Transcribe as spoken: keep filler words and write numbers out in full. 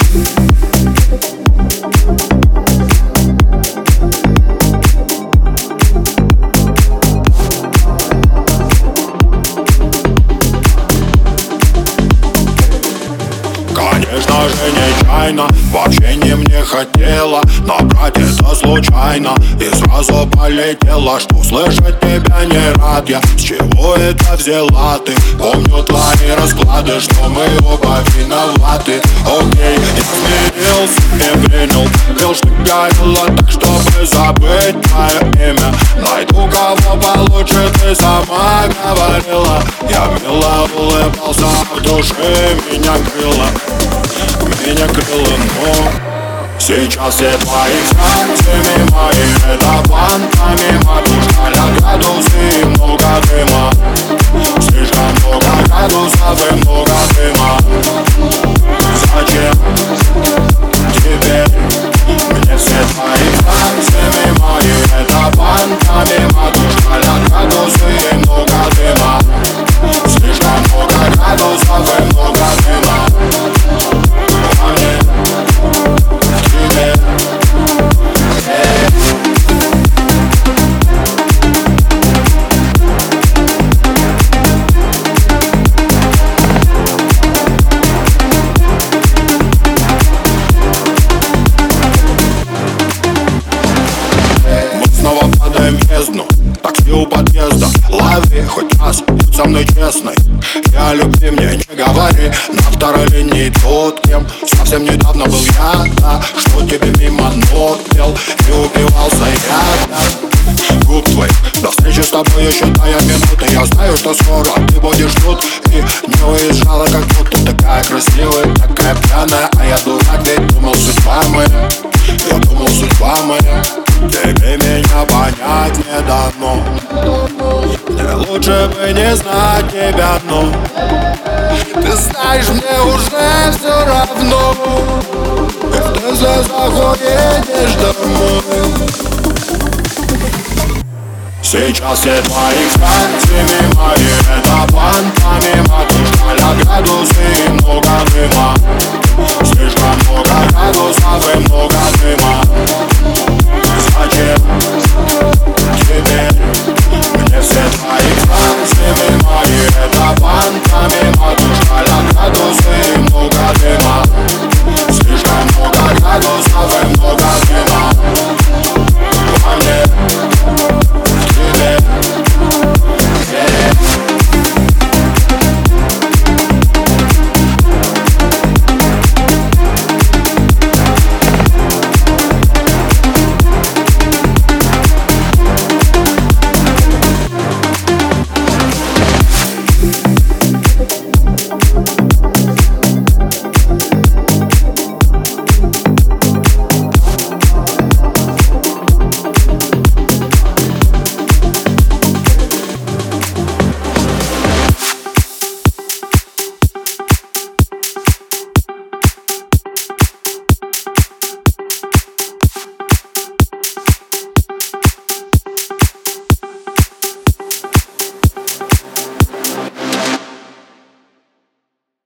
Конечно же нечаянно, вообще не мне хотела набрать это случайно и сразу полетела. Что слышать тебя не рад я, с чего это взяла ты? Помню твои расклады, что мы оба виноваты. Окей, я смирился и принял, пил, что горело, так чтобы забыть твое имя. Найду кого получше, ты сама говорила. Я мило улыбался, в душе меня крыло. Меня крыло, но сейчас все твои станции мои, это планка мимо. Пушкаля градусы и много дыма, слишком много градусов и много дыма. Зачем тебе мне все твои станции мои, это планка мимо. Пушкаля градусы и много дыма, слишком много градусов и много дыма. Такси у подъезда, лови хоть раз, будь со мной честной. Я любви мне не говори, на второй линии тот, кем совсем недавно был я, да. Что тебе мимо нот пел и упивался я, да. Губ твоих, до встречи с тобой еще тая минуты. Я знаю, что скоро ты будешь тут и не уезжала, как будто такая красивая, такая пьяная. А я дурак, ведь думал, судьба моя, я думал, судьба моя. Тебе меня понять не дано, мне лучше бы не знать тебя, но ты знаешь, мне уже все равно, когда завтра едешь домой. Сейчас все твои станции мои, это планка мимо. Пушкаля градусы и много дыма, слишком много градусов и много